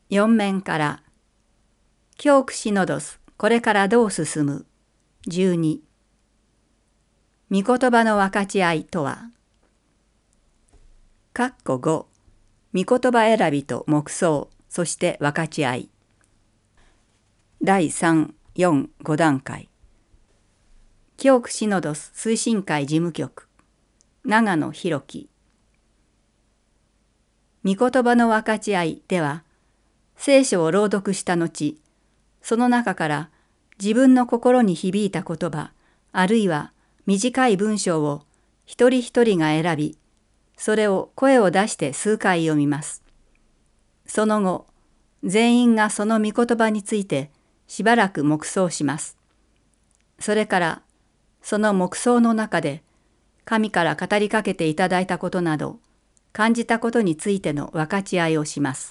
4面から、教区シノドス、これからどう進む。12。御言葉の分かち合いとは。5、御言葉選びと黙想、そして分かち合い。第3、4、5段階。教区シノドス推進会事務局、長野博樹。御言葉の分かち合いでは、聖書を朗読した後、その中から自分の心に響いた言葉、あるいは短い文章を一人一人が選び、それを声を出して数回読みます。その後、全員がその御言葉についてしばらく黙想します。それから、その黙想の中で、神から語りかけていただいたことなど、感じたことについての分かち合いをします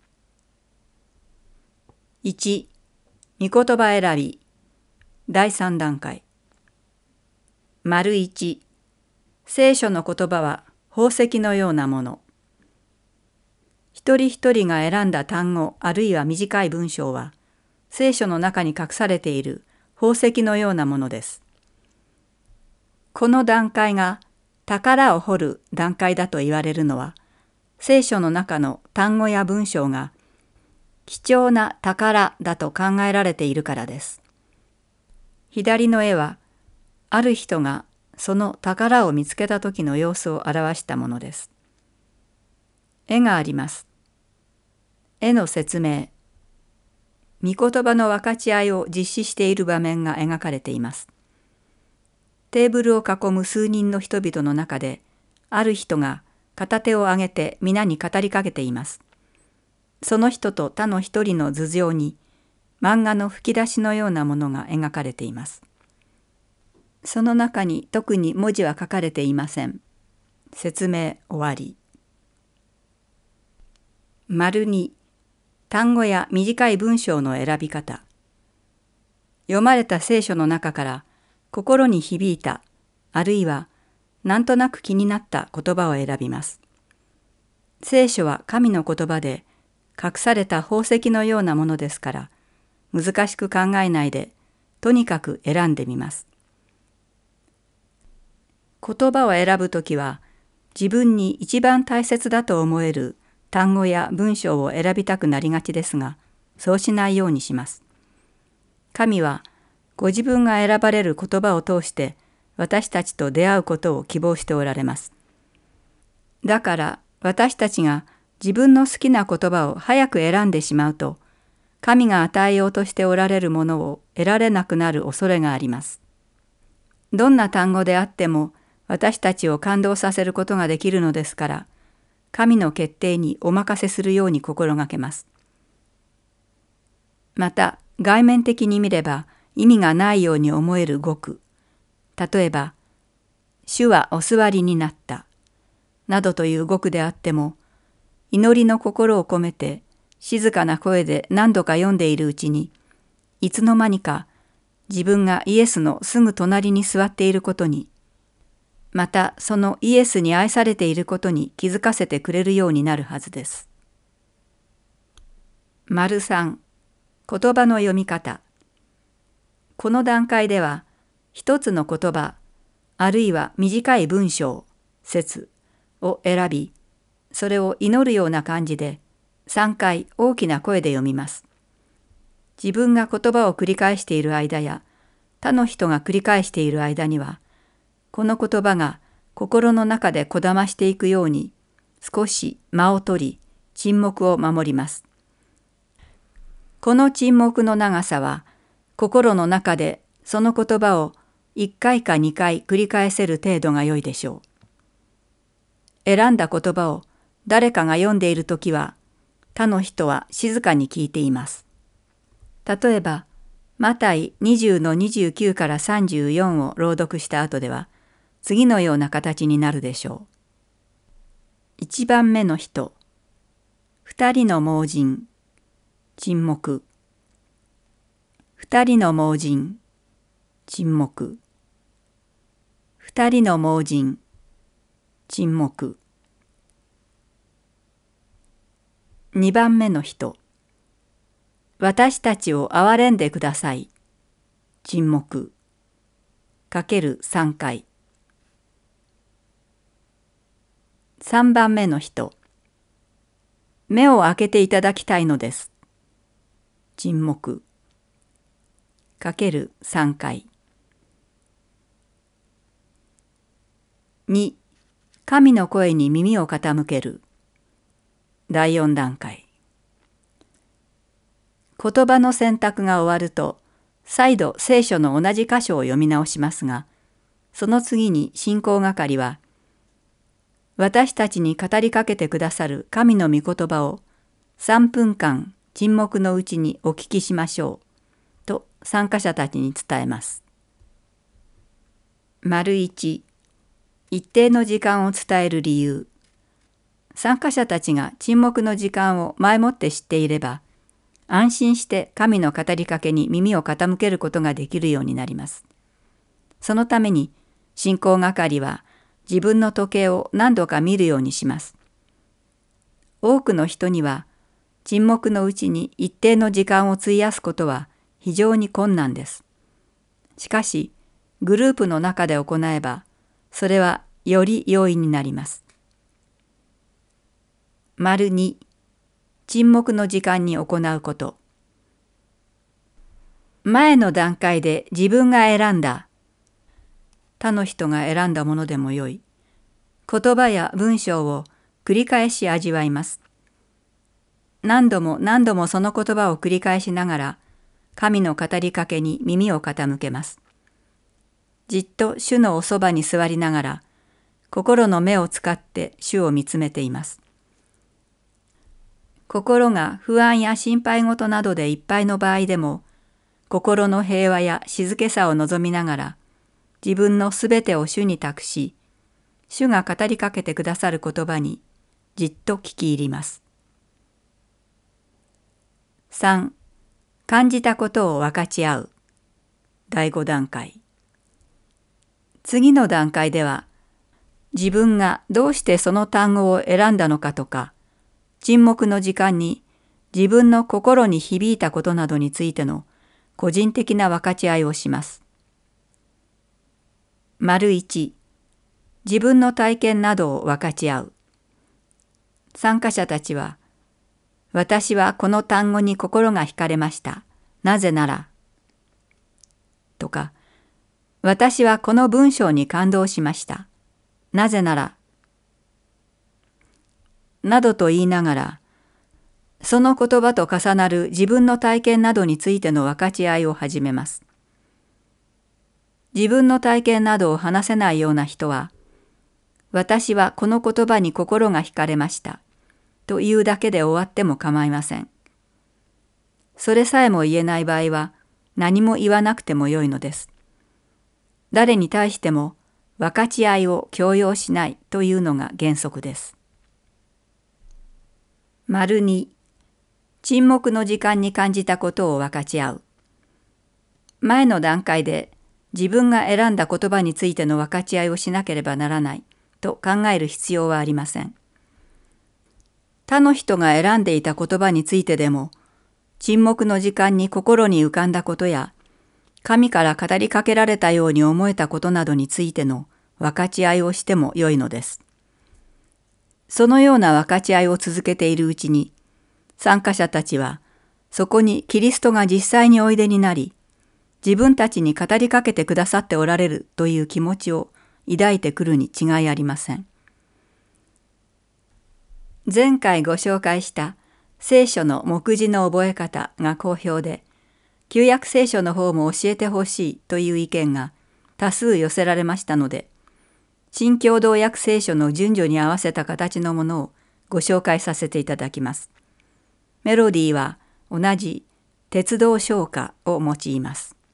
。1、御言葉選び。第3段階。1、聖書の言葉は宝石のようなもの。一人一人が選んだ単語あるいは短い文章は、聖書の中に隠されている宝石のようなものです。この段階が宝を掘る段階だと言われるのは、聖書の中の単語や文章が貴重な宝だと考えられているからです。左の絵は、ある人がその宝を見つけた時の様子を表したものです。絵があります。絵の説明。御言葉の分かち合いを実施している場面が描かれています。テーブルを囲む数人の人々の中で、ある人が片手を上げて皆に語りかけています。その人と他の一人の頭上に、漫画の吹き出しのようなものが描かれています。その中に特に文字は書かれていません。説明終わり。2、単語や短い文章の選び方。読まれた聖書の中から心に響いた、あるいはなんとなく気になった言葉を選びます。聖書は神の言葉で隠された宝石のようなものですから、難しく考えないで、とにかく選んでみます。言葉を選ぶときは、自分に一番大切だと思える単語や文章を選びたくなりがちですが、そうしないようにします。神は、ご自分が選ばれる言葉を通して私たちと出会うことを希望しておられます。だから私たちが自分の好きな言葉を早く選んでしまうと、神が与えようとしておられるものを得られなくなる恐れがあります。どんな単語であっても私たちを感動させることができるのですから、神の決定にお任せするように心がけます。また外面的に見れば意味がないように思える語句、例えば、主はお座りになった、などという語句であっても、祈りの心を込めて静かな声で何度か読んでいるうちに、いつの間にか自分がイエスのすぐ隣に座っていることに、またそのイエスに愛されていることに気づかせてくれるようになるはずです。3、言葉の読み方。この段階では、一つの言葉、あるいは短い文章、説を選び、それを祈るような感じで3回大きな声で読みます。自分が言葉を繰り返している間や、他の人が繰り返している間には、この言葉が心の中でこだましていくように、少し間を取り、沈黙を守ります。この沈黙の長さは、心の中でその言葉を1回か2回繰り返せる程度が良いでしょう。選んだ言葉を誰かが読んでいるときは、他の人は静かに聞いています。例えば、マタイ20-29から34を朗読した後では、次のような形になるでしょう。1番目の人、2人の盲人、沈黙。2人の盲人、沈黙。2人の盲人、沈黙。2番目の人、 私たちを憐れんでください。沈黙。かける3回。3番目の人。目を開けていただきたいのです。沈黙。かける3回。2、神の声に耳を傾ける。第4段階。言葉の選択が終わると、再度聖書の同じ箇所を読み直しますが、その次に信仰係は、私たちに語りかけてくださる神の御言葉を3分間沈黙のうちにお聞きしましょうと参加者たちに伝えます。1、一定の時間を伝える理由。参加者たちが沈黙の時間を前もって知っていれば、安心して神の語りかけに耳を傾けることができるようになります。そのために信仰係は自分の時計を何度か見るようにします。多くの人には沈黙のうちに一定の時間を費やすことは非常に困難です。しかし、グループの中で行えば、それはより容易になります。2、沈黙の時間に行うこと。前の段階で自分が選んだ、他の人が選んだものでもよい、言葉や文章を繰り返し味わいます。何度も何度もその言葉を繰り返しながら、神の語りかけに耳を傾けます。じっと主のおそばに座りながら、心の目を使って主を見つめています。心が不安や心配事などでいっぱいの場合でも、心の平和や静けさを望みながら、自分のすべてを主に託し、主が語りかけてくださる言葉にじっと聞き入ります。3、感じたことを分かち合う。第5段階。次の段階では、自分がどうしてその単語を選んだのかとか、沈黙の時間に自分の心に響いたことなどについての個人的な分かち合いをします。1、自分の体験などを分かち合う。参加者たちは、私はこの単語に心が惹かれました。なぜなら、とか、私はこの文章に感動しました。なぜなら、などと言いながら、その言葉と重なる自分の体験などについての分かち合いを始めます。自分の体験などを話せないような人は、私はこの言葉に心が惹かれました。というだけで終わっても構いません。それさえも言えない場合は何も言わなくてもよいのです。誰に対しても分かち合いを強要しないというのが原則です。2、沈黙の時間に感じたことを分かち合う。前の段階で自分が選んだ言葉についての分かち合いをしなければならないと考える必要はありません。他の人が選んでいた言葉についてでも、沈黙の時間に心に浮かんだことや、神から語りかけられたように思えたことなどについての分かち合いをしてもよいのです。そのような分かち合いを続けているうちに、参加者たちはそこにキリストが実際においでになり、自分たちに語りかけてくださっておられるという気持ちを抱いてくるに違いありません。前回ご紹介した聖書の目次の覚え方が好評で、旧約聖書の方も教えてほしいという意見が多数寄せられましたので、新共同訳聖書の順序に合わせた形のものをご紹介させていただきます。メロディーは同じ鉄道唱歌を用います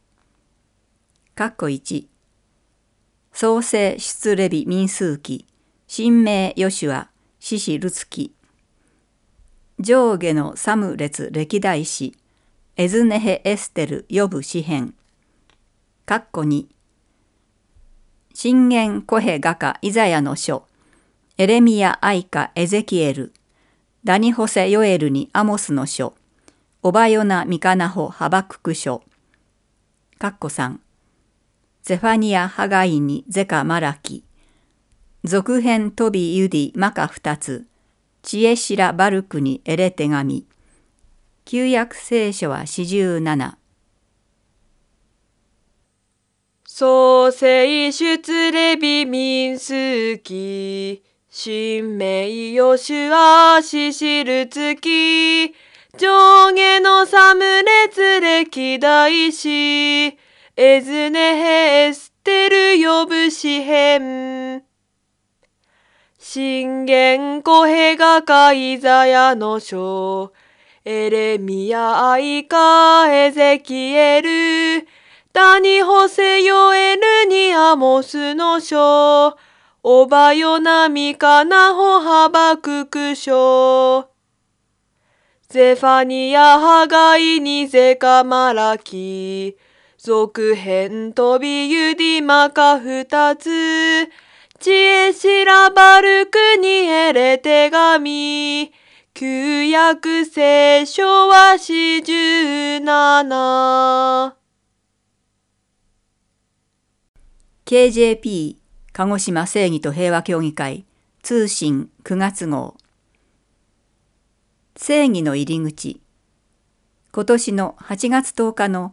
。1、創世出レビ民数記、新明ヨシュア、シシルツキ、上下のサム列歴代史、エズネヘエステルヨブ詩編、2、信玄コヘ画家イザヤの書、エレミヤアイカエゼキエル、ダニホセヨエルにアモスの書、 オバヨナ・ミカナホ・ハバクク書。3、ゼファニア・ハガイにゼカ・マラキ。続編トビ・ユディ・マカ2つ。知恵シラ・バルクにエレ手紙。旧約聖書は47。 創世出レビ民数記。新明ヨシュアシシルツキ。上下のサム列歴代史。エズネヘエステルヨブシヘン。信玄コヘガカイザヤの書。エレミヤアイカエゼキエル。ダニホセヨエルニアモスの書。オバヨナミカナホハバクク書。ゼファニアハガイニゼカマラキ。続編トビユディマカ2つ。知恵シラバルクにエレ手紙。旧約聖書は47。 KJP 鹿児島正義と平和協議会通信9月号。正義の入り口。今年の8月10日の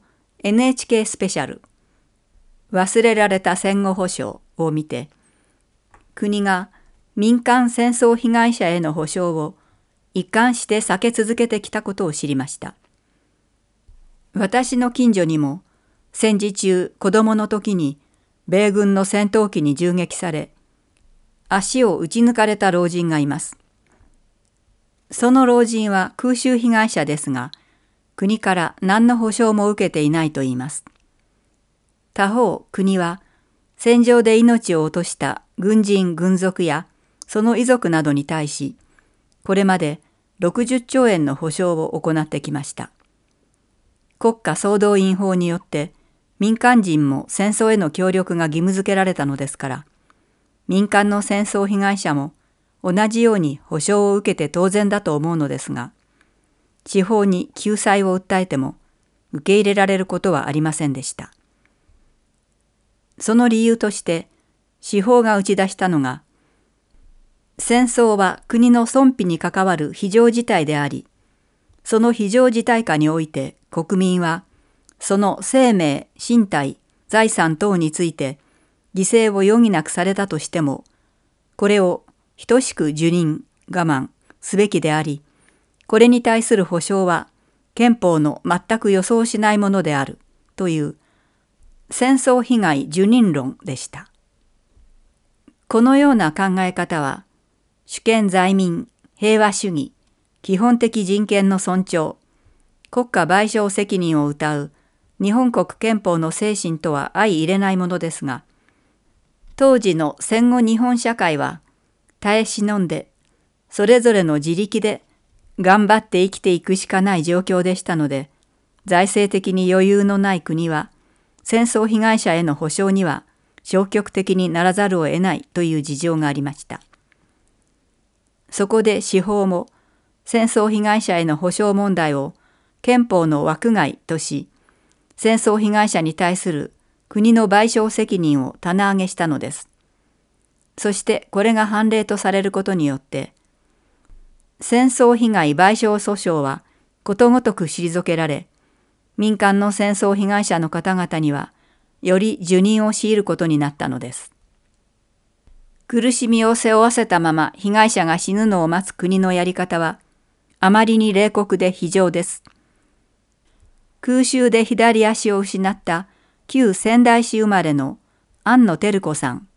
NHK スペシャル忘れられた戦後保障を見て、国が民間戦争被害者への補償を一貫して避け続けてきたことを知りました。私の近所にも戦時中子供の時に米軍の戦闘機に銃撃され、足を撃ち抜かれた老人がいます。その老人は空襲被害者ですが、国から何の保障も受けていないと言います。他方、国は戦場で命を落とした軍人・軍属やその遺族などに対し、これまで60兆円の補償を行ってきました。国家総動員法によって民間人も戦争への協力が義務付けられたのですから、民間の戦争被害者も同じように補償を受けて当然だと思うのですが、地方に救済を訴えても受け入れられることはありませんでした。その理由として司法が打ち出したのが、戦争は国の存否に関わる非常事態であり、その非常事態下において国民はその生命、身体、財産等について犠牲を余儀なくされたとしても、これを等しく受忍、我慢すべきであり、これに対する保障は憲法の全く予想しないものであるという戦争被害受忍論でした。このような考え方は、主権在民、平和主義、基本的人権の尊重、国家賠償責任を謳う日本国憲法の精神とは相入れないものですが、当時の戦後日本社会は耐え忍んで、それぞれの自力で頑張って生きていくしかない状況でしたので、財政的に余裕のない国は、戦争被害者への補償には消極的にならざるを得ないという事情がありました。そこで司法も戦争被害者への補償問題を憲法の枠外とし、戦争被害者に対する国の賠償責任を棚上げしたのです。そしてこれが判例とされることによって、戦争被害賠償訴訟はことごとく退けられ、民間の戦争被害者の方々にはより受忍を強いることになったのです。苦しみを背負わせたまま被害者が死ぬのを待つ国のやり方はあまりに冷酷で非情です。空襲で左足を失った旧仙台市生まれの安野照子さん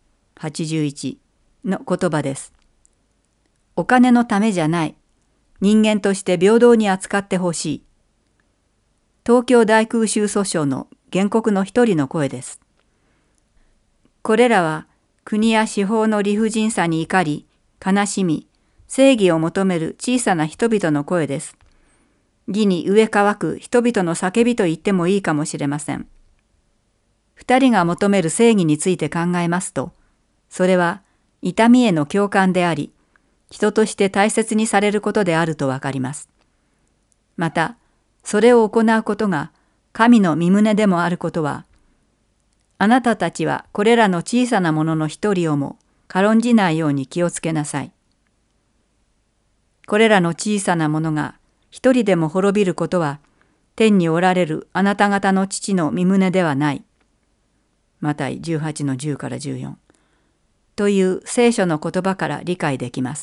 81の言葉です。お金のためじゃない。人間として平等に扱ってほしい。東京大空襲訴訟の原告の一人の声です。これらは国や司法の理不尽さに怒り、悲しみ、正義を求める小さな人々の声です。義に飢え渇く人々の叫びと言ってもいいかもしれません。二人が求める正義について考えますと、それは痛みへの共感であり、人として大切にされることであるとわかります。また、 それを行うことが神の御胸でもあることは、あなたたちはこれらの小さなものの一人をも軽んじないように気をつけなさい。これらの小さなものが一人でも滅びることは、天におられるあなた方の父の御胸ではない。マタイ 18-10 から14という聖書の言葉から理解できます。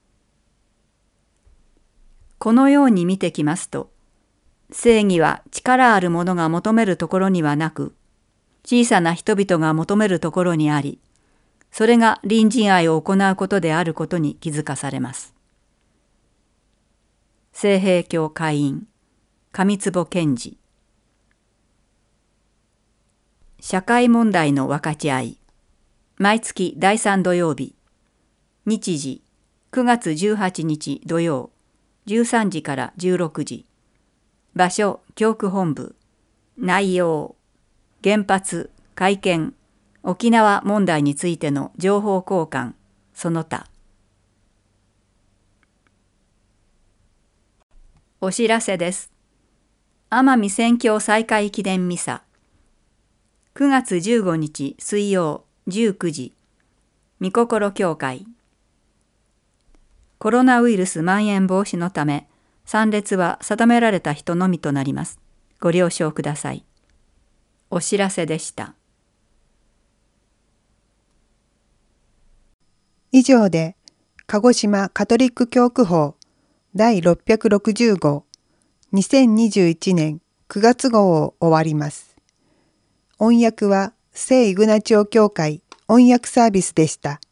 このように見てきますと、正義は力ある者が求めるところにはなく、小さな人々が求めるところにあり、それが隣人愛を行うことであることに気づかされます。聖平教会員上坪健二。社会問題の分かち合い。毎月第3土曜日。日時9月18日土曜13時から16時。場所教区本部。内容原発、改憲、沖縄問題についての情報交換、その他。お知らせです。奄美宣教再開記念ミサ。9月15日水曜19時。御心教会。コロナウイルス蔓延防止のため、参列は定められた人のみとなります。ご了承ください。お知らせでした。 以上で、鹿児島カトリック教区法第660号2021年9月号を終わります。音訳は聖イグナチオ教会音訳サービスでした。